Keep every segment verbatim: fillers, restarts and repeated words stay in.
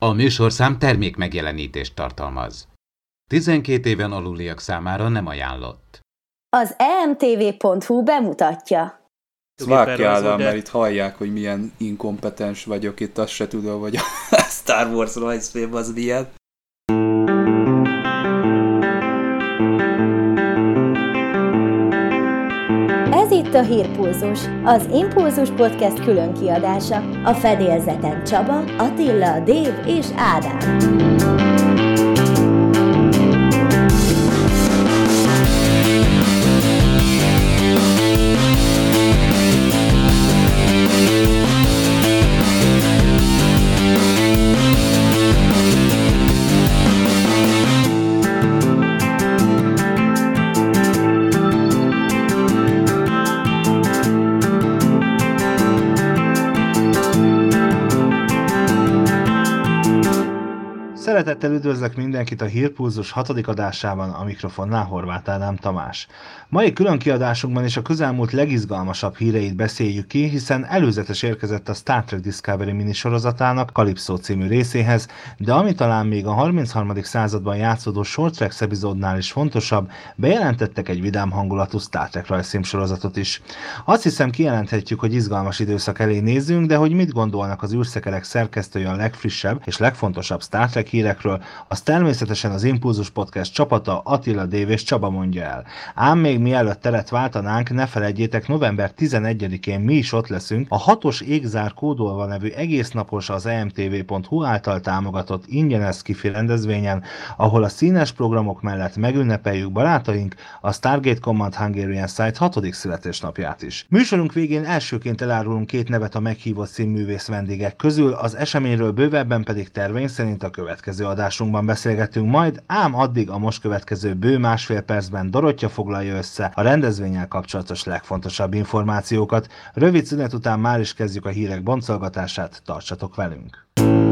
A műsorszám termék megjelenítést tartalmaz. tizenkét éven aluliak számára nem ajánlott. Az e em té vé pont hú bemutatja. Vágjál, mert itt hallják, hogy milyen inkompetens vagyok, itt azt se tudom, hogy a Star Wars rajzfilm az milyen. Ez itt a Hírpulzus, az Impulzus Podcast külön kiadása. A fedélzeten Csaba, Attila, Dév és Ádám. Szeretettel üdvözlök mindenkit a Hírpulzus hatodik adásában, a mikrofonnál Horváth Ádám Tamás. Mai külön kiadásunkban is a közelmúlt legizgalmasabb híreit beszéljük ki, hiszen előzetes érkezett a Star Trek Discovery minisorozatának Calypso című részéhez, de ami talán még a harmincharmadik században játszódó Short Tracks epizódnál is fontosabb, bejelentettek egy vidám hangulatú Star Trek rajzfilmsorozatot is. Azt hiszem, kijelenthetjük, hogy izgalmas időszak elé nézzünk, de hogy mit gondolnak az űrszekerek szerkesztői a legfrissebb és legfontosabb Star Trek hírekről, az természetesen az Impulzus Podcast csapata, Attila, Dév és Csaba mondja el. Ám még mielőtt teret váltanánk, ne feledjétek, november tizenegyedikén mi is ott leszünk a hatos égzár kódolva nevű egésznapos az e em té vé pont hú által támogatott ingyenes sci-fi rendezvényen, ahol a színes programok mellett megünnepeljük barátaink a Stargate Command Hungarian Site hatodik születésnapját is. Műsorunk végén elsőként elárulunk két nevet a meghívott színművész vendégek közül, az eseményről bővebben pedig terveink szerint a következő adásunkban beszélgetünk majd, ám addig a most következő bő másfél percben Dorottya foglalja össze a rendezvénnyel kapcsolatos legfontosabb információkat. Rövid szünet után már is kezdjük a hírek boncolgatását, tartsatok velünk!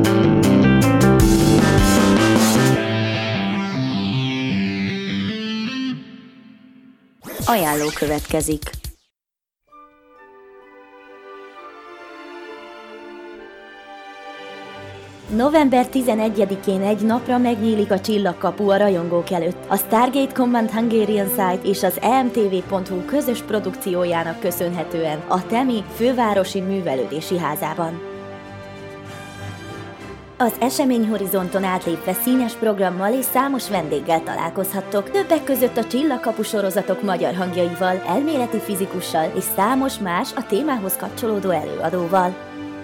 Ajánló következik. november tizenegyedikén egy napra megnyílik a csillagkapu a rajongók előtt. A Stargate Command Hungarian Site és az e em té vé pont hú közös produkciójának köszönhetően a TEMI fővárosi művelődési házában. Az eseményhorizonton átlépve színes programmal és számos vendéggel találkozhattok, többek között a Csillagkapu sorozatok magyar hangjaival, elméleti fizikussal és számos más a témához kapcsolódó előadóval.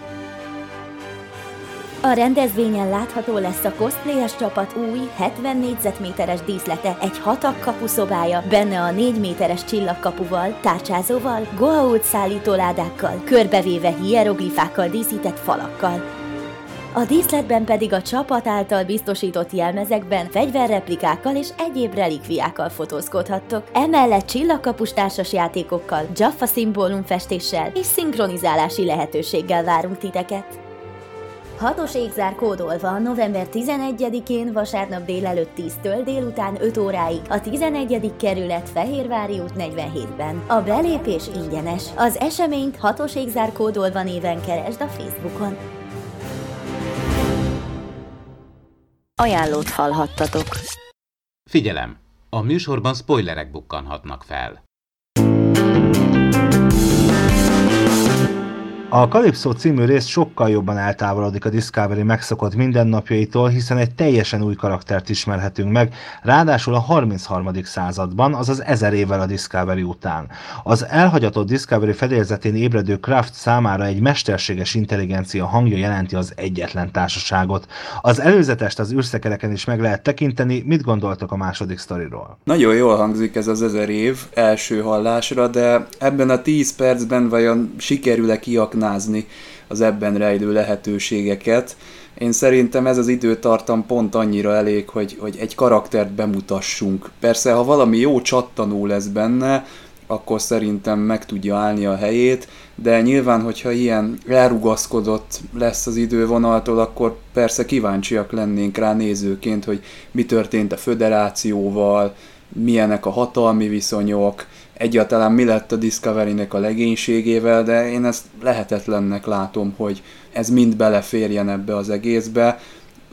A rendezvényen látható lesz a cosplayes csapat új, hetven négyzetméteres díszlete, egy hatak kapuszobája, benne a négy méteres csillagkapuval, tárcsázóval, Goa'uld szállítóládákkal, körbevéve hieroglifákkal díszített falakkal. A díszletben pedig a csapat által biztosított jelmezekben fegyverreplikákkal és egyéb relikviákkal fotózkodhattok. Emellett csillagkapus társasjátékokkal, Jaffa szimbólumfestéssel és szinkronizálási lehetőséggel várunk titeket. Hatos égzár kódolva november tizenegyedikén vasárnap délelőtt tíztől délután öt óráig a tizenegyedik kerület Fehérvári út negyvenhétben. A belépés ingyenes. Az eseményt hatos égzár kódolva néven keresd a Facebookon. Ajánlót hallhattatok. Figyelem! A műsorban spoilerek bukkanhatnak fel. A Calypso című rész sokkal jobban eltávolodik a Discovery megszokott mindennapjaitól, hiszen egy teljesen új karaktert ismerhetünk meg, ráadásul a harmincharmadik században, azaz ezer évvel a Discovery után. Az elhagyatott Discovery fedélzetén ébredő Kraft számára egy mesterséges intelligencia hangja jelenti az egyetlen társaságot. Az előzetest az űrszekereken is meg lehet tekinteni, mit gondoltok a második sztoriról? Nagyon jól hangzik ez az ezer év első hallásra, de ebben a tíz percben vajon sikerül-e kiaknázni az ebben rejlő lehetőségeket. Én szerintem ez az időtartam pont annyira elég, hogy, hogy egy karaktert bemutassunk. Persze, ha valami jó csattanó lesz benne, akkor szerintem meg tudja állni a helyét, de nyilván, hogyha ilyen elrugaszkodott lesz az idővonaltól, akkor persze kíváncsiak lennénk rá nézőként, hogy mi történt a föderációval, milyenek a hatalmi viszonyok, egyáltalán mi lett a Discovery-nek a legénységével, de én ezt lehetetlennek látom, hogy ez mind beleférjen ebbe az egészbe.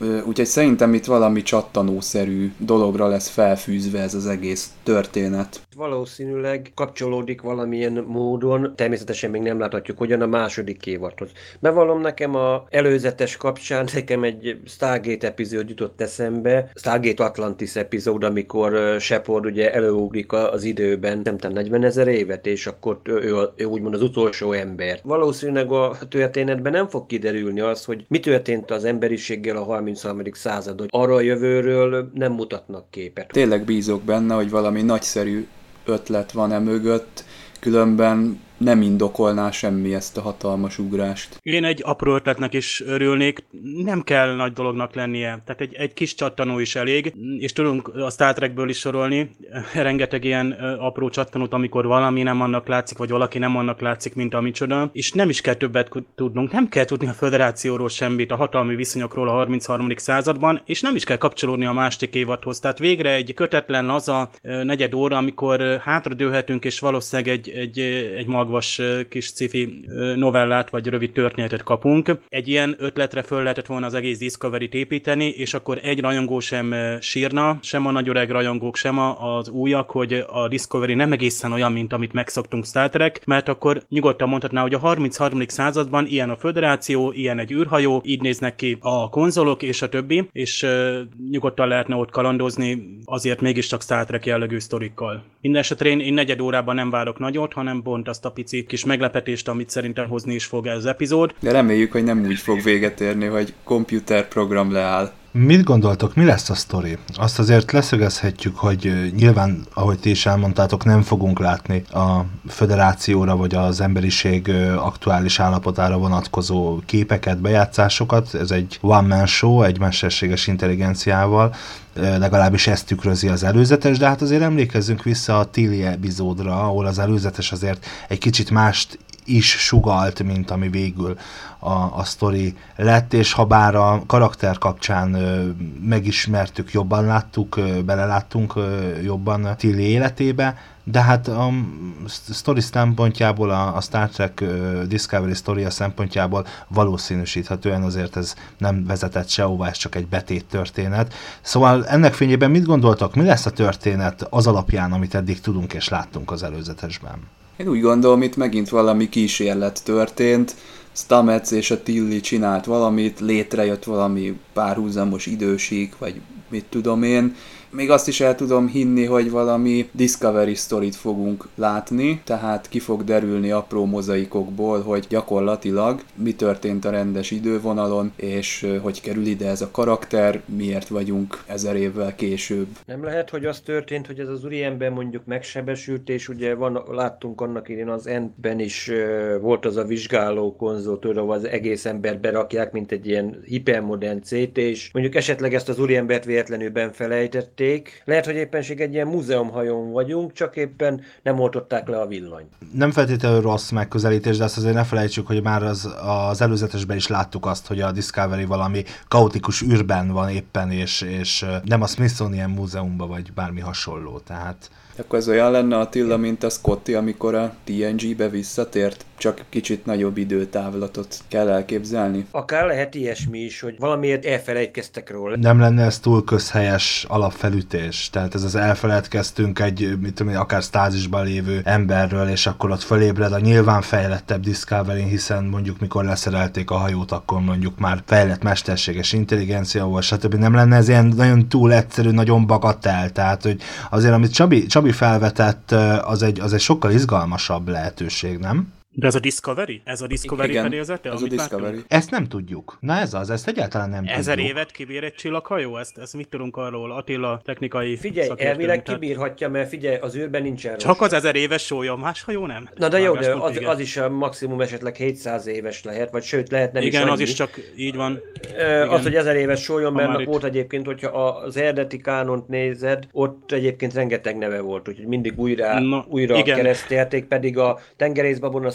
Úgyhogy szerintem itt valami csattanószerű dologra lesz felfűzve ez az egész történet. Valószínűleg kapcsolódik valamilyen módon, természetesen még nem láthatjuk hogyan a második évadhoz. Bevallom, nekem a előzetes kapcsán nekem egy Stargate epizód jutott eszembe, Stargate Atlantis epizód, amikor Shepard ugye előugrik az időben, nem tudom, negyvenezer évet, és akkor ő, ő úgymond az utolsó ember. Valószínűleg a történetben nem fog kiderülni az, hogy mi történt az emberiséggel a harmincharmadik századon. Arra a jövőről nem mutatnak képet. Tényleg bízok benne, hogy valami nagyszerű ötlet van e mögött, különben nem indokolná semmi ezt a hatalmas ugrást. Én egy apró ötletnek is örülnék, nem kell nagy dolognak lennie, tehát egy, egy kis csattanó is elég, és tudunk a Star Trekből is sorolni rengeteg ilyen apró csattanót, amikor valami nem annak látszik, vagy valaki nem annak látszik, mint amicsoda, és nem is kell többet tudnunk, nem kell tudni a föderációról semmit, a hatalmi viszonyokról a harmincharmadik században, és nem is kell kapcsolódni a második évadhoz, tehát végre egy kötetlen, laza negyed óra, amikor hátradőlhetünk, és valószínűleg egy, egy, egy magva kis sci-fi novellát, vagy rövid történetet kapunk. Egy ilyen ötletre föl lehetett volna az egész Discovery-t építeni, és akkor egy rajongó sem sírna, sem a nagy öreg rajongók, sem az újak, hogy a Discovery nem egészen olyan, mint amit megszoktunk Star Trek, mert akkor nyugodtan mondhatná, hogy a harmincharmadik században ilyen a föderáció, ilyen egy űrhajó, így néznek ki a konzolok és a többi, és uh, nyugodtan lehetne ott kalandozni, azért mégiscsak Star Trek jellegű sztorikkal. Mindenesetre én, én negyed órában nem várok nagyot, hanem pont azt a pici kis meglepetést, amit szerintem hozni is fog ez az epizód. De reméljük, hogy nem úgy fog véget érni, hogy komputerprogram leáll. Mit gondoltok, mi lesz a sztori? Azt azért leszögezhetjük, hogy nyilván, ahogy ti is elmondtátok, nem fogunk látni a föderációra vagy az emberiség aktuális állapotára vonatkozó képeket, bejátszásokat. Ez egy one-man show, egy mesterséges intelligenciával, legalábbis ezt tükrözi az előzetes, de hát azért emlékezzünk vissza a Tilly epizódra, ahol az előzetes azért egy kicsit mást is sugalt, mint ami végül a, a sztori lett, és ha bár a karakter kapcsán ö, megismertük, jobban láttuk, ö, beleláttunk ö, jobban Tilly életébe, de hát a sztori szempontjából, a, a Star Trek uh, Discovery sztoria szempontjából valószínűsíthetően azért ez nem vezetett sehová, ez csak egy betét történet. Szóval ennek fényében mit gondoltak, mi lesz a történet az alapján, amit eddig tudunk és láttunk az előzetesben? Én úgy gondolom, itt megint valami kísérlet történt, Stamets és a Tilly csinált valamit, létrejött valami párhuzamos idősík, vagy mit tudom én. Még azt is el tudom hinni, hogy valami Discovery sztorit fogunk látni, tehát ki fog derülni apró mozaikokból, hogy gyakorlatilag mi történt a rendes idővonalon, és hogy kerül ide ez a karakter, miért vagyunk ezer évvel később. Nem lehet, hogy az történt, hogy ez az úriember mondjuk megsebesült, és ugye van, láttunk annak idén az Endben is uh, volt az a vizsgáló konzol, ahol az egész embert berakják, mint egy ilyen hipermodern cé té, és mondjuk esetleg ezt az úriembert véletlenül benfelejtették. Lehet, hogy éppenség egy ilyen múzeumhajón vagyunk, csak éppen nem oltották le a villanyt. Nem feltétlenül rossz megközelítés, de azt azért ne felejtsük, hogy már az, az előzetesben is láttuk azt, hogy a Discovery valami kaotikus űrben van éppen, és, és nem a Smithsonian múzeumban, vagy bármi hasonló, tehát... Akkor ez olyan lenne Attila, mint a Scotty, amikor a té en gé-be visszatért? Csak kicsit nagyobb időtávlatot kell elképzelni. Akár lehet ilyesmi is, hogy valamiért elfelejtkeztek róla. Nem lenne ez túl közhelyes alapfelütés? Tehát ez az elfeledkeztünk egy, mit tudom én, akár stázisban lévő emberről, és akkor ott fölébred a nyilván fejlettebb Discovery, hiszen mondjuk mikor leszerelték a hajót, akkor mondjuk már fejlett mesterséges intelligencia volt, stb. Nem lenne ez ilyen nagyon túl egyszerű, nagyon bagatell. Tehát, hogy azért, amit Csabi, Csabi felvetett, az egy, az egy sokkal izgalmasabb lehetőség, nem? De ez a Discovery? Ez a Discovery fedélzete? Ez a Discovery. Látunk? Ezt nem tudjuk. Na ez az, ezt egyáltalán nem Ezer tudjuk. évet kibír egy csillaghajó? Ezt, ezt mit tudunk arról? Attila technikai Figyelj, szakértőnk, elvileg tehát... kibírhatja, mert figyelj, az űrben nincsen Csak az ezer éves sója, más hajó nem? Na de jó, de Vágáspont, az, igen. az is a maximum esetleg hétszáz éves lehet, vagy sőt lehet nem igen, is annyi. az is csak így van. Ö, az, hogy ezer éves sólyon, mert itt... volt egyébként, hogyha az eredeti kánont nézed, ott egyébként rengeteg neve volt, úgyhogy mindig újra, Na, újra igen. keresztelték, pedig a tengerészbabon a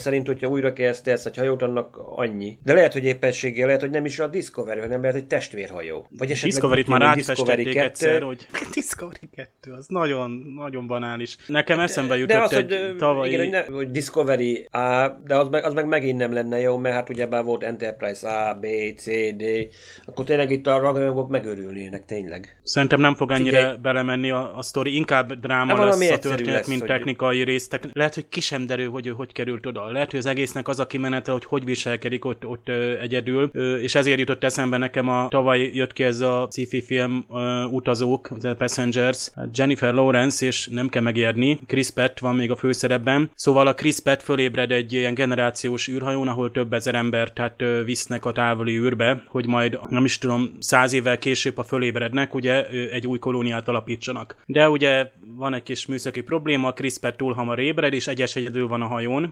szerint, hogyha újra kezdesz egy hajót, annak annyi. De lehet, hogy éppenséggel, lehet, hogy nem is a Discovery, hanem lehet egy testvérhajó. Vagy esetleg Discovery-t már átfestették egyszer, hogy hogy... Discovery kettő, az nagyon, nagyon banális. Nekem eszembe jutott de az, egy hogy, tavalyi... Igen, hogy, ne, hogy Discovery A, de az meg, az meg megint nem lenne jó, mert hát ugyebár volt Enterprise A, B, C, D, akkor tényleg itt a raganyagok megörülnének, tényleg. Szerintem nem fog ennyire Figyelj. belemenni a, a sztori, inkább dráma De lesz valami a egyszerű történet, lesz, mint hogy- technikai rész. Tek- Lehet, hogy ki sem derül, hogy ő hogy került oda. Lehet, hogy az egésznek az a kimenete, hogy hogy viselkedik ott, ott ö, egyedül, ö, és ezért jutott eszembe nekem a tavaly jött ki ez a sci-fi film ö, Utazók, The Passengers, hát Jennifer Lawrence, és nem kell megijedni, Chris Pratt van még a főszerepben. Szóval a Chris Pratt fölébred egy ilyen generációs űrhajón, ahol több ezer ember tehát ö, visznek a távoli űrbe, hogy majd nem is tudom, száz évvel később, ha fölébrednek, ugye ö, egy új kolóniát alapítsanak. De ugye van egy kis műszaki probléma, Chris Pratt túl hamar ébred, és egyes egyedül van a hajón.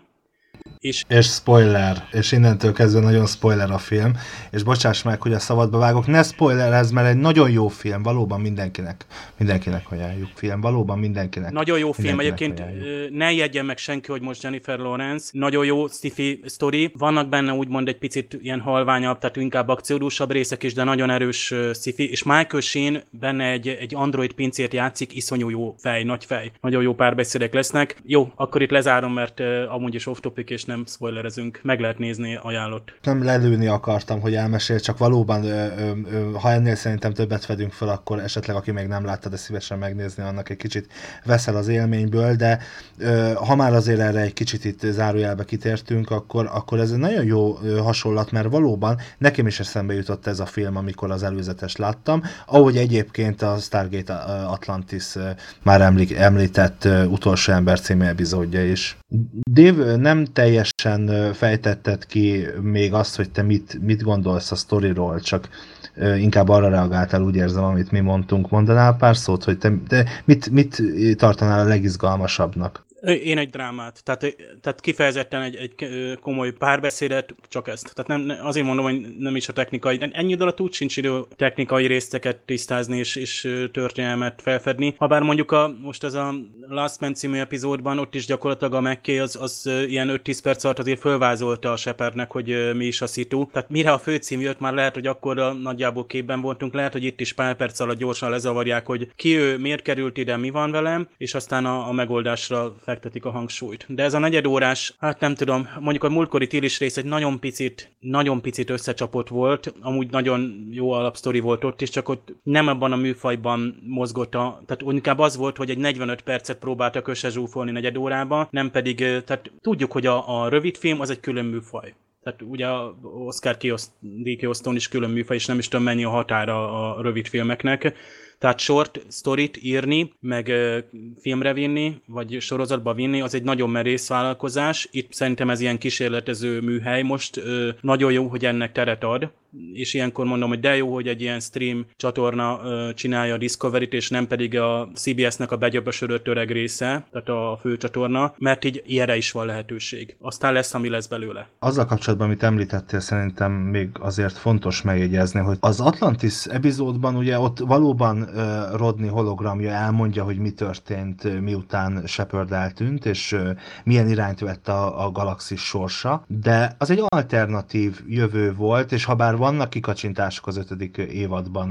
És És spoiler, és innentől kezdve nagyon spoiler a film, és bocsáss meg, hogy a szabadba vágok, ne spoilerezz, mert egy nagyon jó film, valóban mindenkinek, mindenkinek ajánljuk film, valóban mindenkinek. nagyon jó film, mindenkinek egyébként ajánljuk. ö, ne jegyen meg senki, hogy most Jennifer Lawrence. Nagyon jó sci-fi sztori, vannak benne úgymond egy picit ilyen halványabb, tehát inkább akciódúsabb részek is, de nagyon erős ö, sci-fi, és Michael Sheen benne egy, egy android pincért játszik, iszonyú jó fej, nagy fej. Nagyon jó párbeszédek lesznek. Jó, akkor itt lezárom, mert ö, amúgy is off topic, és nem spoilerezünk. Meg lehet nézni, ajánlott. Nem lelőni akartam, hogy elmesél, csak valóban, ö, ö, ö, ha ennél szerintem többet fedünk fel, akkor esetleg, aki még nem látta, de szívesen megnézni, annak egy kicsit veszel az élményből, de ö, ha már azért erre egy kicsit itt zárójelbe kitértünk, akkor, akkor ez egy nagyon jó ö, hasonlat, mert valóban nekem is eszembe jutott ez a film, amikor az előzetes láttam, ahogy egyébként a Stargate Atlantis ö, már emlí- említett ö, Utolsó ember című epizódja is. Dave, nem teljesen ö, fejtetted ki még azt, hogy te mit, mit gondolsz a sztoriról, csak ö, inkább arra reagáltál, úgy érzem, amit mi mondtunk. Mondanál pár szót, hogy te, te mit, mit tartanál a legizgalmasabbnak? Én egy drámát, tehát, tehát kifejezetten egy, egy komoly párbeszédet, csak ezt. Tehát nem, azért mondom, hogy nem is a technikai, ennyi idő alatt úgy sincs idő technikai részteket tisztázni és, és történelmet felfedni. Habár mondjuk a, most ez a Last Man című epizódban, ott is gyakorlatilag a McKay az, az ilyen öt-tíz perc alatt azért fölvázolta a Shepardnek, hogy mi is a szitu. Tehát mire a főcím jött, már lehet, hogy akkor nagyjából képben voltunk, lehet, hogy itt is pár perc alatt gyorsan lezavarják, hogy ki ő, miért került ide, mi van velem, és aztán a, a megoldásra fektetik a hangsúlyt. De ez a negyedórás, hát nem tudom, mondjuk a múltkori Tillis rész egy nagyon picit, nagyon picit összecsapott volt, amúgy nagyon jó alapsztori volt ott is, csak ott nem abban a műfajban mozgott a, tehát inkább az volt, hogy egy negyvenöt percet próbáltak összezsúfolni negyed órába, nem pedig, tehát tudjuk, hogy a, a rövid film az egy külön műfaj. Tehát ugye a Oscar díjkiosztón is külön műfaj, és nem is tudom mennyi a határa a rövid filmeknek. Tehát short sztorit írni, meg ö, filmre vinni, vagy sorozatba vinni, az egy nagyon merész vállalkozás. Itt szerintem ez ilyen kísérletező műhely most. Ö, nagyon jó, hogy ennek teret ad, és ilyenkor mondom, hogy de jó, hogy egy ilyen stream csatorna ö, csinálja a Discovery-t, és nem pedig a cé bé es-nek a begyöbösödött öreg része, tehát a főcsatorna, mert így ilyenre is van lehetőség. Aztán lesz, ami lesz belőle. Azzal kapcsolatban, amit említettél, szerintem még azért fontos megjegyezni, hogy az Atlantis epizódban ugye ott valóban uh, Rodney hologramja elmondja, hogy mi történt, uh, miután Shepard eltűnt, és uh, milyen irányt vett a, a galaxis sorsa, de az egy alternatív jövő volt, és ha bár vannak kikacsintások az ötödik évadban,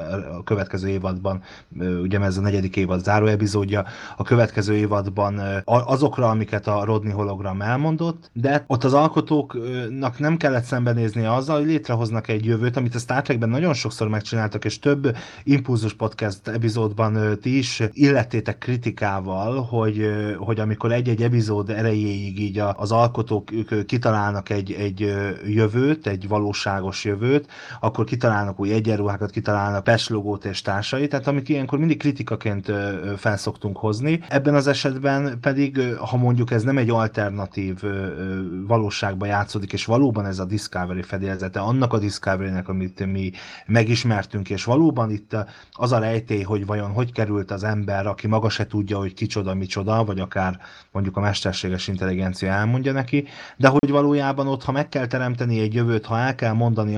a következő évadban, ugye ez a negyedik évad záró epizódja, a következő évadban azokra, amiket a Rodney hologram elmondott, de ott az alkotóknak nem kellett szembenézni azzal, hogy létrehoznak egy jövőt, amit a Star Trekben nagyon sokszor megcsináltak, és több Impulzus Podcast epizódban ti is illettétek kritikával, hogy, hogy amikor egy-egy epizód erejéig így az alkotók kitalálnak egy, egy jövőt, egy valóságos jövőt, akkor kitalálnak új egyenruhákat, kitalálnak patch logót és társai, tehát amik ilyenkor mindig kritikaként felszoktunk hozni. Ebben az esetben pedig, ha mondjuk ez nem egy alternatív valóságban játszódik, és valóban ez a Discovery fedélzete, annak a Discovery-nek, amit mi megismertünk, és valóban itt az a rejtély, hogy vajon hogy került az ember, aki maga se tudja, hogy kicsoda, micsoda, vagy akár mondjuk a mesterséges intelligencia elmondja neki, de hogy valójában ott, ha meg kell teremteni egy jövőt, ha el kell mondani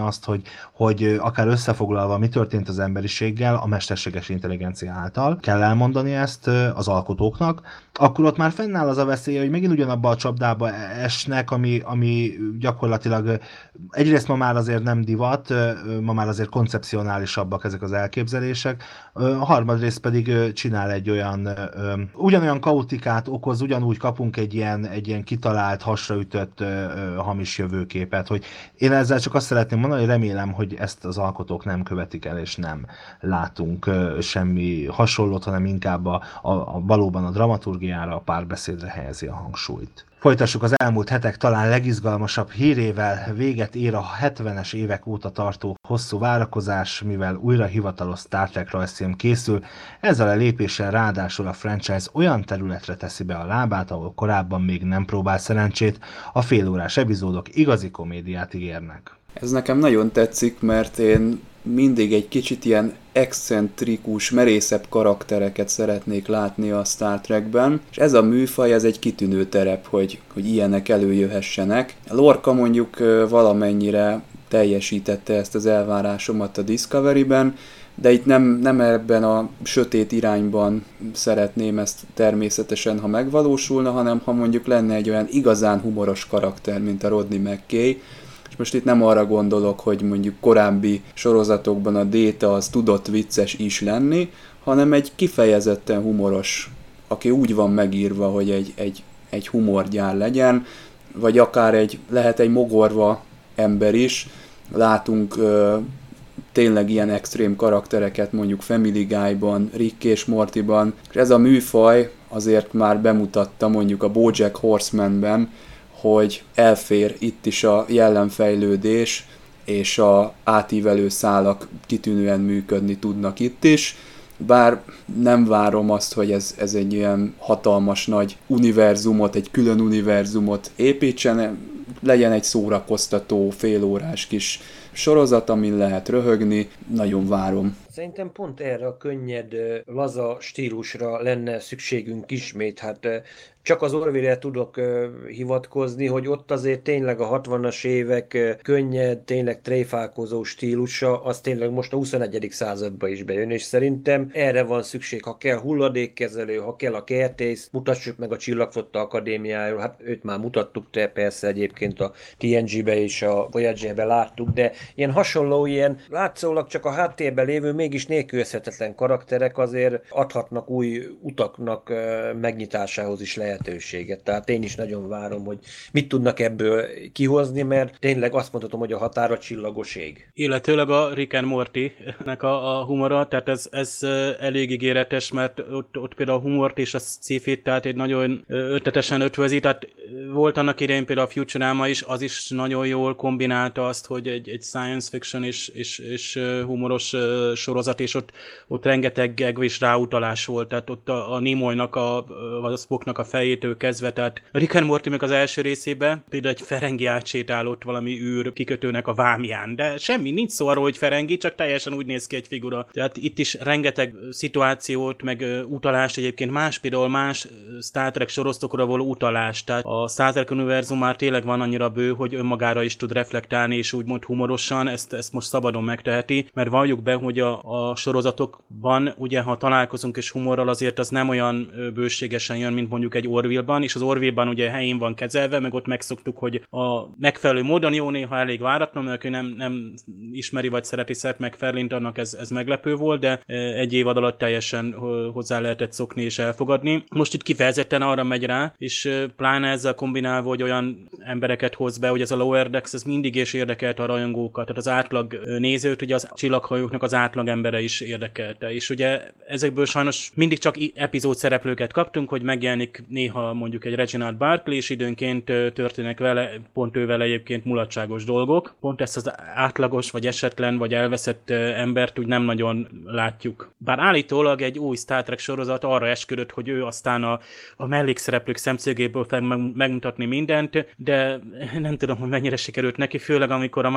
azt, hogy, hogy akár összefoglalva mi történt az emberiséggel a mesterséges intelligencia által, kell elmondani ezt az alkotóknak, akkor ott már fennáll az a veszély, hogy megint ugyanabba a csapdába esnek, ami, ami gyakorlatilag egyrészt ma már azért nem divat, ma már azért koncepcionálisabbak ezek az elképzelések, a harmadrészt pedig csinál egy olyan, ugyanolyan kaotikát okoz, ugyanúgy kapunk egy ilyen, egy ilyen kitalált, hasraütött hamis jövőképet, hogy én ezzel csak azt szeretném mondani, hogy remélem, hogy ezt az alkotók nem követik el, és nem látunk semmi hasonlót, hanem inkább a, a, a valóban a dramaturgiára, a párbeszédre helyezi a hangsúlyt. Folytassuk az elmúlt hetek talán legizgalmasabb hírével. Véget ér a hetvenes évek óta tartó hosszú várakozás, mivel újra hivatalos Star Trek rajzfilm készül. Ezzel a lépéssel ráadásul a franchise olyan területre teszi be a lábát, ahol korábban még nem próbál szerencsét. A félórás epizódok igazi komédiát ígérnek. Ez nekem nagyon tetszik, mert én mindig egy kicsit ilyen excentrikus, merészebb karaktereket szeretnék látni a Star Trekben, és ez a műfaj, ez egy kitűnő terep, hogy, hogy ilyenek előjöhessenek. Lorca mondjuk valamennyire teljesítette ezt az elvárásomat a Discovery-ben, de itt nem, nem ebben a sötét irányban szeretném ezt természetesen, ha megvalósulna, hanem ha mondjuk lenne egy olyan igazán humoros karakter, mint a Rodney McKay. És most itt nem arra gondolok, hogy mondjuk korábbi sorozatokban a Data az tudott vicces is lenni, hanem egy kifejezetten humoros, aki úgy van megírva, hogy egy, egy, egy humorgyár legyen, vagy akár egy, lehet egy mogorva ember is. Látunk ö, tényleg ilyen extrém karaktereket mondjuk Family Guy-ban, Rick és Mortyban, és ez a műfaj azért már bemutatta mondjuk a BoJack Horseman-ben, hogy elfér itt is a jellemfejlődés, és a átívelő szálak kitűnően működni tudnak itt is, bár nem várom azt, hogy ez, ez egy ilyen hatalmas nagy univerzumot, egy külön univerzumot építsen, legyen egy szórakoztató, félórás kis sorozat, amin lehet röhögni, nagyon várom. Szerintem pont erre a könnyed, laza stílusra lenne szükségünk ismét. Hát csak az Orville-re tudok hivatkozni, hogy ott azért tényleg a hatvanas évek könnyed, tényleg tréfálkozó stílusa, az tényleg most a huszonegyedik századba is bejön, és szerintem erre van szükség. Ha kell hulladékkezelő, ha kell a kertész, mutassuk meg a Csillagflotta Akadémiáról, hát őt már mutattuk, te persze egyébként a té en gé-be és a Voyager-be láttuk, de ilyen hasonló, ilyen látszólag csak a háttérben lévő, mégis nélkülözhetetlen karakterek azért adhatnak új utaknak megnyitásához is lehetőséget. Tehát én is nagyon várom, hogy mit tudnak ebből kihozni, mert tényleg azt mondhatom, hogy a határa csillagos ég. Illetőleg a Rick and Morty-nek a, a humora, tehát ez, ez elég ígéretes, mert ott, ott például a humort és a sci-fit, tehát egy nagyon ötletesen ötvözi, tehát volt annak idején például a Futurama is, az is nagyon jól kombinálta azt, hogy egy, egy science fiction és, és, és humoros sorozat, és ott, ott rengeteg gag és ráutalás volt, tehát ott a, a Nimoynak, a, vagy a Spocknak a fejétől kezdve, tehát Rick and Morty meg az első részében például egy Ferengi átsétálott valami űr kikötőnek a vámján, de semmi, nincs szó arról, hogy Ferengi, csak teljesen úgy néz ki egy figura. Tehát itt is rengeteg szituációt, meg uh, utalást, egyébként más, például más Star Trek sorozatokra való utalás, tehát a Star Trek univerzum már tényleg van annyira bő, hogy önmagára is tud reflektálni, és úgymond humorosan, ezt, ezt most szabadon megteheti, mert valljuk be, hogy a, a sorozatokban, ugye, ha találkozunk és humorral, azért az nem olyan bőségesen jön, mint mondjuk egy Orville-ban, és az Orville-ban ugye helyén van kezelve, meg ott megszoktuk, hogy a megfelelő módon jó, néha elég váratlan, mert ő nem, nem ismeri vagy szereti Seth MacFarlane-t, annak ez, ez meglepő volt, de egy évad alatt teljesen hozzá lehetett szokni és elfogadni. Most itt kifejezetten arra megy rá, és pláne ezzel kombinálva, hogy olyan embereket hoz be, hogy ez a Lower Decks, ez mindig is érdekelt a rajongókat, tehát az átlag nézőt, ugye az csillaghajóknak az átlag embere is érdekelte, és ugye ezekből sajnos mindig csak epizód szereplőket kaptunk, hogy megjelenik néha mondjuk egy Reginald Barclay, és időnként történnek vele, pont ő vele egyébként mulatságos dolgok. Pont ezt az átlagos, vagy esetlen, vagy elveszett embert úgy nem nagyon látjuk. Bár állítólag egy új Star Trek sorozat arra esküdött, hogy ő aztán a, a mellékszereplők szemszögéből fog megmutatni mindent, de nem tudom, hogy mennyire sikerült neki, főleg amikor a második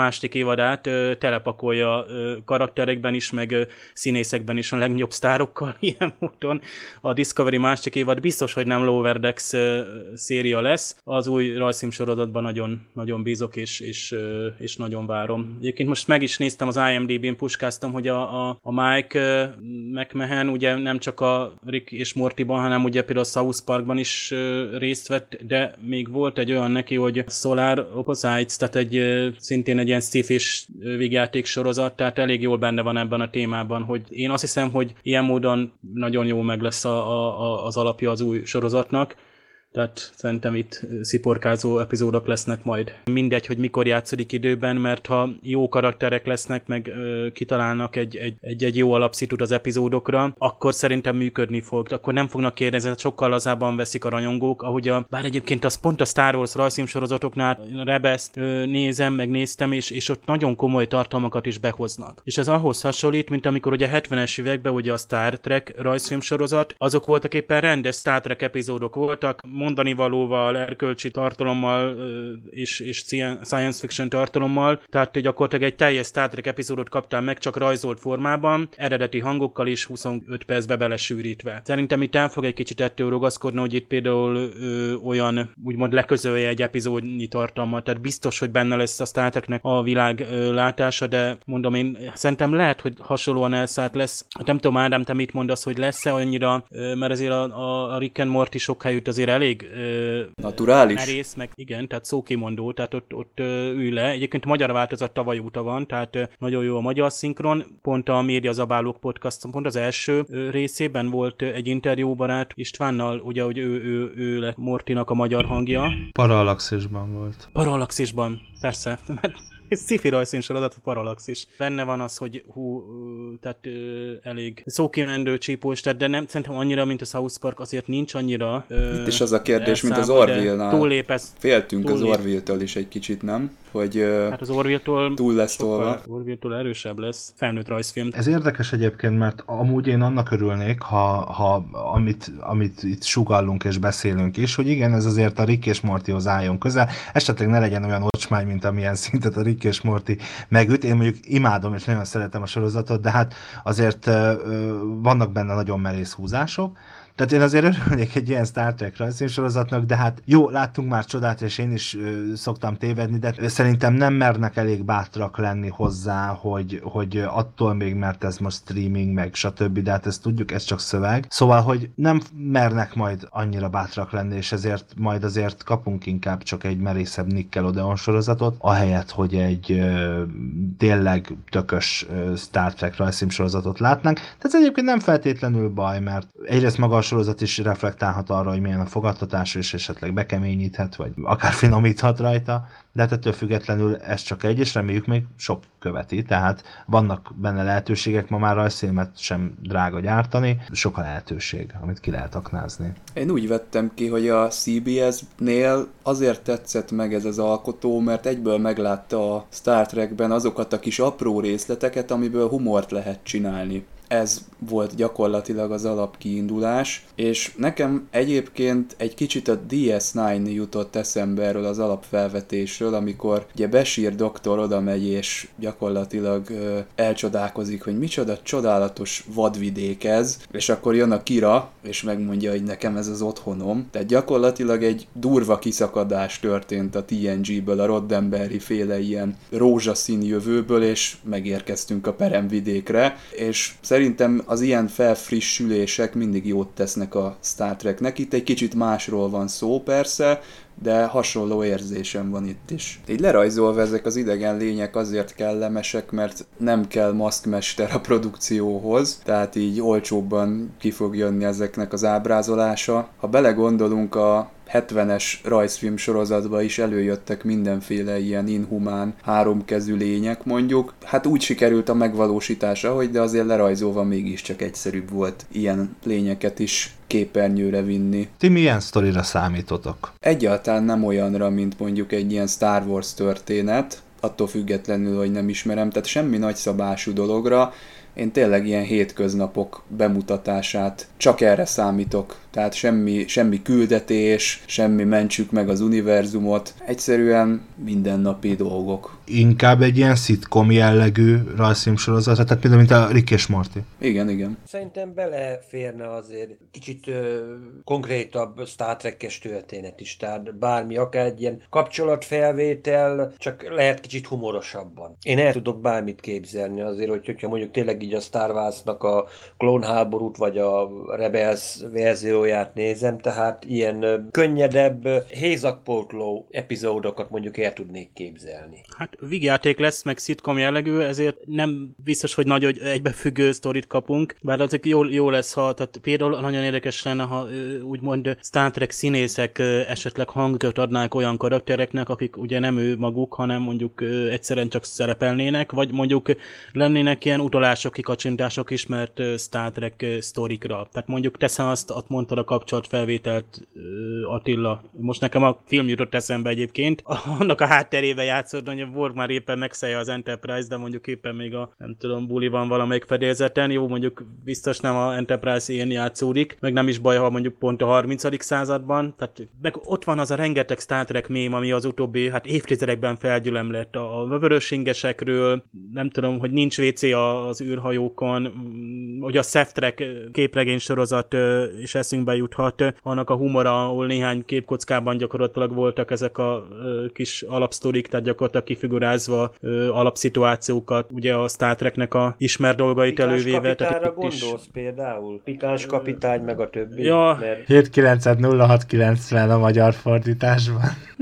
évadát ö, telepakolja ö, karakterekben is, meg ö, színészekben is a legnagyobb sztárokkal ilyen módon. A Discovery másik évad biztos, hogy nem Lower Decks ö, széria lesz. Az új rajzfilm sorozatban nagyon, nagyon bízok, és, és, ö, és nagyon várom. Egyébként most meg is néztem az I M D B-n, puskáztam, hogy a, a, a Mike ö, McMahon ugye nem csak a Rick és Mortyban, hanem ugye például a South Parkban is ö, részt vett, de még volt egy olyan neki, hogy Solar Opposites, tehát egy szintén egy ilyen sci-fi vígjáték sorozat, tehát elég jól benne van ebben a témában, hogy én azt hiszem, hogy ilyen módon nagyon jó meg lesz a, a, az alapja az új sorozatnak. Tehát szerintem itt sziporkázó epizódok lesznek majd. Mindegy, hogy mikor játszódik időben, mert ha jó karakterek lesznek, meg ö, kitalálnak egy, egy, egy, egy jó alapszitut az epizódokra, akkor szerintem működni fog. Akkor nem fognak kérdezni, sokkal lazában veszik a rajongók, ahogy a, bár egyébként az pont a Star Wars rajzfilmsorozatoknál Rebelszt nézem, meg néztem, és, és ott nagyon komoly tartalmakat is behoznak. És ez ahhoz hasonlít, mint amikor ugye a hetvenes években ugye a Star Trek rajzfilmsorozat, azok voltak éppen rendes Star Trek epizódok voltak, mondani valóval, erkölcsi tartalommal és, és science fiction tartalommal, tehát gyakorlatilag egy teljes Star Trek epizódot kaptál meg, csak rajzolt formában, eredeti hangokkal is huszonöt percbe belesűrítve. Szerintem itt el fog egy kicsit ettől ragaszkodni, hogy itt például ö, olyan, úgymond leközölje egy epizódnyi tartalmat, tehát biztos, hogy benne lesz a Star Treknek a világ ö, látása, de mondom én, szerintem lehet, hogy hasonlóan elszállt lesz. Nem tudom, Ádám, te mit mondasz, hogy lesz-e annyira, ö, mert azért a, a Rick and Morty sok helyütt azért elég Ö, naturális. Merész, meg igen, tehát szókimondó, tehát ott, ott ö, ül le. Egyébként a magyar változat tavaly óta van, tehát ö, nagyon jó a magyar szinkron. Pont a Média Zabálók podcast, pont az első ö, részében volt ö, egy interjúbarát Istvánnal, ugye, hogy ő, ő, ő lett Mortinak a magyar hangja. Parallaxisban volt. Parallaxisban, persze. Ez sci-fi rajzfilmsorozat, a Parallaxis. Benne van az, hogy hú, tehát ö, elég szókimendő csípós, tehát de nem szerintem annyira, mint a South Park, azért nincs annyira. Ö, Itt is az a kérdés, mint az Orville-nál. Túllépesz. Féltünk túllép. az Orville-től is egy kicsit, nem? Hogy ö, hát az Orville-től túl lesz tolva. Orville-től erősebb lesz. Felnőtt rajzfilm. Ez érdekes egyébként, mert amúgy én annak örülnék, ha, ha amit, amit itt sugallunk és beszélünk is, hogy igen, ez azért a Rick és Mortyhoz álljon közel, esetleg ne legyen olyan ocsmány, mint amilyen szintet a Rick és Morty megüt. Én mondjuk imádom és nagyon szeretem a sorozatot, de hát azért ö, vannak benne nagyon merész húzások. Tehát én azért örülnék egy ilyen Star Trek rajzfilmsorozatnak, de hát jó, láttunk már csodát, és én is ö, szoktam tévedni, de szerintem nem mernek elég bátrak lenni hozzá, hogy, hogy attól még, mert ez most streaming, meg stb., de hát ezt tudjuk, ez csak szöveg. Szóval, hogy nem mernek majd annyira bátrak lenni, és ezért majd azért kapunk inkább csak egy merészebb Nickelodeon sorozatot, ahelyett, hogy egy ö, tényleg tökös ö, Star Trek rajzfilmsorozatot látnánk. Tehát ez egyébként nem feltétlenül baj, mert egyrészt maga a sorozat is reflektálhat arra, hogy milyen a fogadtatás, és esetleg bekeményíthet, vagy akár finomíthat rajta, de hát ettől függetlenül ez csak egy, és reméljük még sok követi, tehát vannak benne lehetőségek, ma már rajzfilmet sem drága gyártani, sok a lehetőség, amit ki lehet aknázni. Én úgy vettem ki, hogy a C B S-nél azért tetszett meg ez az alkotó, mert egyből meglátta a Star Trekben azokat a kis apró részleteket, amiből humort lehet csinálni. Ez volt gyakorlatilag az alapkiindulás, és nekem egyébként egy kicsit a D S kilenc jutott eszembe erről az alapfelvetésről, amikor ugye Bashir doktor oda megy, és gyakorlatilag ö, elcsodálkozik, hogy micsoda csodálatos vadvidék ez, és akkor jön a Kira, és megmondja, hogy nekem ez az otthonom. Tehát gyakorlatilag egy durva kiszakadás történt a T N G-ből, a Roddenberry féle ilyen rózsaszín jövőből, és megérkeztünk a peremvidékre, és szerintem az ilyen felfrissülések mindig jót tesznek a Star Treknek. Itt egy kicsit másról van szó persze, de hasonló érzésem van itt is. Így lerajzolva ezek az idegen lények azért kellemesek, mert nem kell maszkmester a produkcióhoz, tehát így olcsóbban ki fog jönni ezeknek az ábrázolása. Ha belegondolunk, a hetvenes rajzfilm sorozatban is előjöttek mindenféle ilyen inhumán, háromkezű lények mondjuk. Hát úgy sikerült a megvalósítása, hogy de azért lerajzolva mégiscsak egyszerűbb volt ilyen lényeket is képernyőre vinni. Ti milyen sztorira számítotok? Egyáltalán nem olyanra, mint mondjuk egy ilyen Star Wars történet, attól függetlenül, hogy nem ismerem, tehát semmi nagyszabású dologra. Én tényleg ilyen hétköznapok bemutatását csak erre számítok. Tehát semmi, semmi küldetés, semmi mentsük meg az univerzumot. Egyszerűen mindennapi dolgok. inkább egy ilyen szitkom jellegű rajzfilmsorozat, tehát például mint a Rick és Morty. Igen, igen. Szerintem beleférne azért kicsit ö, konkrétabb Star Trek-es történet is, tehát bármi, akár egy ilyen kapcsolatfelvétel, csak lehet kicsit humorosabban. Én el tudok bármit képzelni azért, hogy, hogyha mondjuk tényleg így a Star Wars-nak a klónháborút, vagy a Rebels verzióját nézem, tehát ilyen ö, könnyedebb, ö, hézagpótló epizódokat mondjuk el tudnék képzelni. Hát vígjáték lesz, meg szitkom jellegű, ezért nem biztos, hogy nagy, hogy egybefüggő sztorit kapunk, bár azért jó, jó lesz, ha, tehát például nagyon érdekes lenne, ha úgymond Star Trek színészek esetleg hangot adnák olyan karaktereknek, akik ugye nem ő maguk, hanem mondjuk egyszerűen csak szerepelnének, vagy mondjuk lennének ilyen utalások, kikacsintások ismert Star Trek sztorikra. Tehát mondjuk teszem azt, azt mondtad a kapcsolatfelvételt, Attila. Most nekem a film jutott eszembe egyébként. Annak a hátterébe játszott, hogy a Borg már éppen megszállja az Enterprise, de mondjuk éppen még a, nem tudom, buli van valamelyik fedélzeten. Jó, mondjuk biztos nem a Enterprise ilyen játszódik, meg nem is baj, ha mondjuk pont a harmincadik században. Tehát meg ott van az a rengeteg Star Trek mém, ami az utóbbi hát évtizedekben felgyülemlett a vörösingesekről, nem tudom, hogy nincs vé cé az űrhajókon, hogy a Star Trek képregény sorozat is eszünkbe juthat, annak a humora, ahol néhány képkockában gyakorlatilag voltak ezek a kis alapsztorik, tehát gyakorlatilag kifigurázva alapszituációkat, ugye a Star Treknek a ismert dolgait Pikáns elővéve. kapitányra gondolsz is... például? Pikáns kapitány meg a többi? Ja. Mert... hét kilenc nulla hat kilencven a magyar fordításban.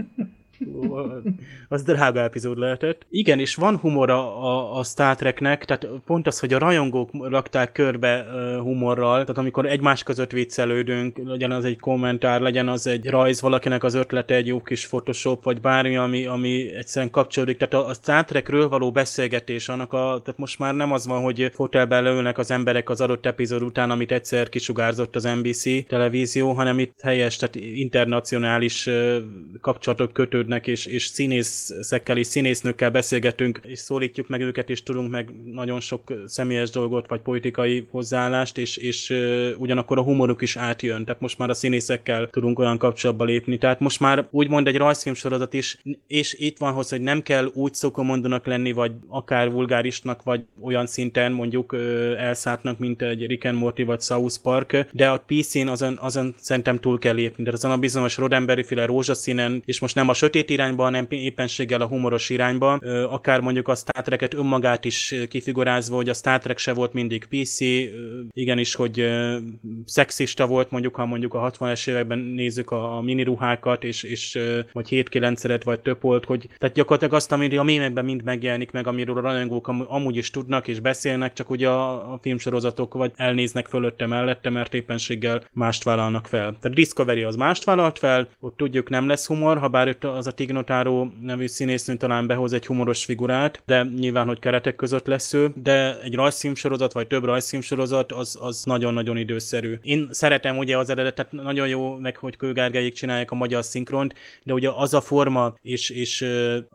Az drága epizód lehetett. Igen, és van humora a, a Star Treknek, tehát pont az, hogy a rajongók rakták körbe uh, humorral, tehát amikor egymás között viccelődünk, legyen az egy kommentár, legyen az egy rajz, valakinek az ötlete, egy jó kis Photoshop, vagy bármi, ami, ami egyszerűen kapcsolódik. Tehát a, a Star Trekről való beszélgetés, annak a, tehát most már nem az van, hogy fotelben leülnek az emberek az adott epizód után, amit egyszer kisugárzott az en bé cé televízió, hanem itt helyes, tehát internacionális uh, kapcsolatok kötődnek, és, és színészekkel és színésznőkkel beszélgetünk, és szólítjuk meg őket, és tudunk meg nagyon sok személyes dolgot, vagy politikai hozzáállást, és, és uh, ugyanakkor a humoruk is átjön. Tehát most már a színészekkel tudunk olyan kapcsolatba lépni. Tehát most már úgymond egy rajzfilmsorozat is, és itt van hozzá, hogy nem kell úgy szókomondónak lenni, vagy akár vulgárisnak, vagy olyan szinten mondjuk uh, elszálltnak, mint egy Rick and Morty, vagy South Park, de a pé cén azon, azon szerintem túl kell lépni. De azon a bizonyos Roddenberry-féle rózsaszínen, és most nem a sötét irányba, hanem éppenséggel a humoros irányba, akár mondjuk a Star Trek-et önmagát is kifigurázva, hogy a Star Trek se volt mindig pé cé, igenis, hogy szexista volt, mondjuk, ha mondjuk a hatvanas években nézzük a, a miniruhákat, és, és vagy hét-kilencszeret, vagy több volt, hogy tehát gyakorlatilag azt, amiről a mémekben mind megjelenik meg, amiről a rajongók amúgy is tudnak, és beszélnek, csak ugye a, a filmsorozatok vagy elnéznek fölötte mellette, mert éppenséggel mást vállalnak fel. Tehát Discovery az mást vállalt fel, ott tudjuk nem lesz humor, ha bár az a Tig Notaro nevű színésznő talán behoz egy humoros figurát, de nyilván, hogy keretek között lesz ő, de egy rajzfilmsorozat, vagy több rajzfilmsorozat, az, az nagyon-nagyon időszerű. Én szeretem ugye az eredetet, nagyon jó meg, hogy Kőgergelyék csinálják a magyar szinkront, de ugye az a forma, és, és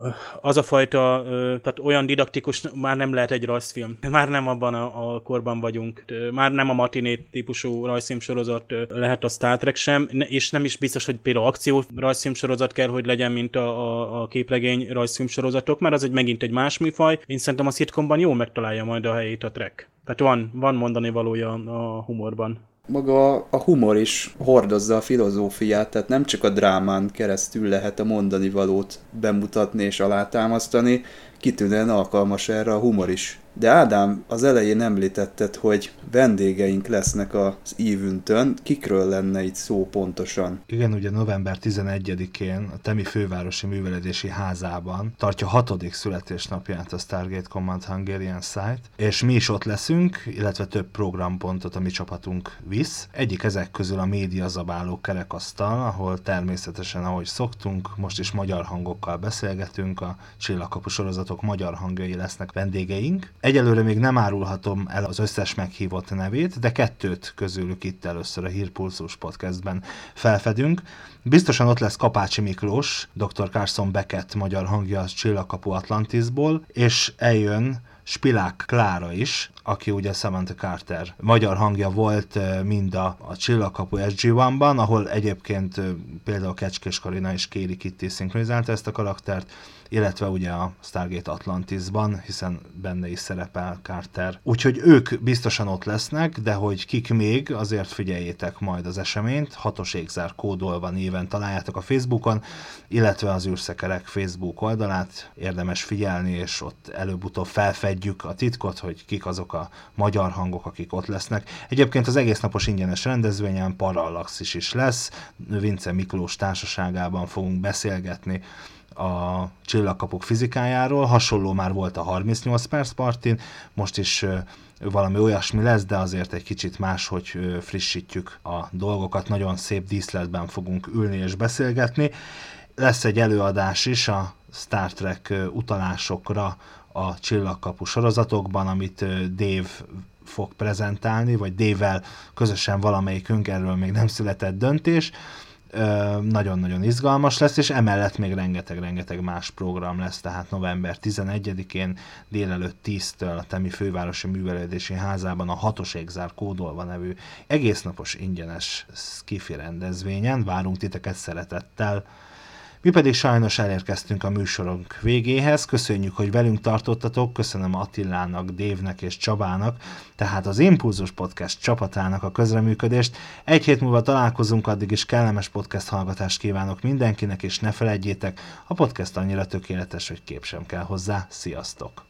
az a fajta, tehát olyan didaktikus, már nem lehet egy rajzfilm. Már nem abban a, a korban vagyunk. Már nem a matiné típusú rajzfilmsorozat lehet a Star Trek sem, és nem is biztos, hogy például akció rajzfilmsorozat kell, hogy legyen, mint a, a, a képregény rajzfilmsorozatok, mert az egy megint egy más műfaj. Én szerintem a szitkomban jól megtalálja majd a helyét a Trek. Tehát van, van mondani valója a humorban. Maga a humor is hordozza a filozófiát, tehát nem csak a drámán keresztül lehet a mondani valót bemutatni és alátámasztani, kitűnően alkalmas erre a humor is. De Ádám, az elején említetted, hogy vendégeink lesznek az ívüntön. Kikről lenne itt szó pontosan? Igen, ugye november tizenegyedikén a Temi fővárosi művelődési házában tartja hatodik születésnapját a Stargate Command Hungarian Site, és mi is ott leszünk, illetve több programpontot a mi csapatunk visz. Egyik ezek közül a médiazabáló kerekasztal, ahol természetesen, ahogy szoktunk, most is magyar hangokkal beszélgetünk, a Csillagkapu sorozatok magyar hangjai lesznek vendégeink. Egyelőre még nem árulhatom el az összes meghívott nevét, de kettőt közülük itt először a Hírpulzus podcastben felfedünk. Biztosan ott lesz Kapácsi Miklós, doktor Carson Beckett magyar hangja a Csillagkapu Atlantisból, és eljön Spilák Klára is, aki ugye Samantha Carter magyar hangja volt mind a, a Csillagkapu es gé egy-ban, ahol egyébként például Kecskés Karina és Kéri Kitty szinkronizálta ezt a karaktert, illetve ugye a Stargate Atlantisban, hiszen benne is szerepel Carter. Úgyhogy ők biztosan ott lesznek, de hogy kik még, azért figyeljétek majd az eseményt, hatos égzár kódolva néven találjátok a Facebookon, illetve az űrszekerek Facebook oldalát, érdemes figyelni, és ott előbb-utóbb felfedjük a titkot, hogy kik azok a magyar hangok, akik ott lesznek. Egyébként az egész napos ingyenes rendezvényen Parallaxis is lesz, Vince Miklós társaságában fogunk beszélgetni a Csillagkapuk fizikájáról, hasonló már volt a harmincnyolc perc partin, most is valami olyasmi lesz, de azért egy kicsit máshogy frissítjük a dolgokat, nagyon szép díszletben fogunk ülni és beszélgetni. Lesz egy előadás is a Star Trek utalásokra a Csillagkapu sorozatokban, amit Dave fog prezentálni, vagy Dave-vel közösen valamelyikünk, erről még nem született döntés. Nagyon-nagyon izgalmas lesz, és emellett még rengeteg-rengeteg más program lesz, tehát november tizenegyedikén délelőtt tíztől a Temi Fővárosi Művelődési Házában a hatos égzár kódolva nevű egésznapos ingyenes skifi rendezvényen várunk titeket szeretettel. Mi pedig sajnos elérkeztünk a műsorunk végéhez, köszönjük, hogy velünk tartottatok, köszönöm Attilának, Dévnek és Csabának, tehát az Impulzus Podcast csapatának a közreműködést. Egy hét múlva találkozunk, addig is kellemes podcast hallgatást kívánok mindenkinek, és ne feledjétek, a podcast annyira tökéletes, hogy kép sem kell hozzá. Sziasztok!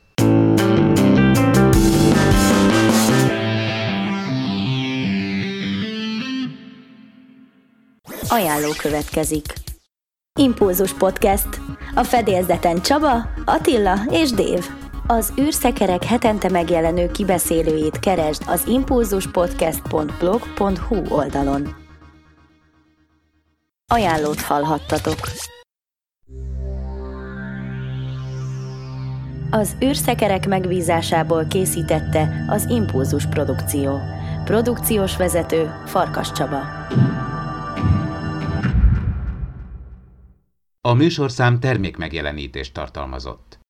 Ajánló következik. Impulzus Podcast. A fedélzeten Csaba, Attila és Dév. Az űrszekerek hetente megjelenő kibeszélőjét keresd az impulzuspodcast pont blog pont hu oldalon. Ajánlót hallhattatok. Az űrszekerek megbízásából készítette az Impulzus Produkció. Produkciós vezető Farkas Csaba. A műsorszám termékmegjelenítést tartalmazott.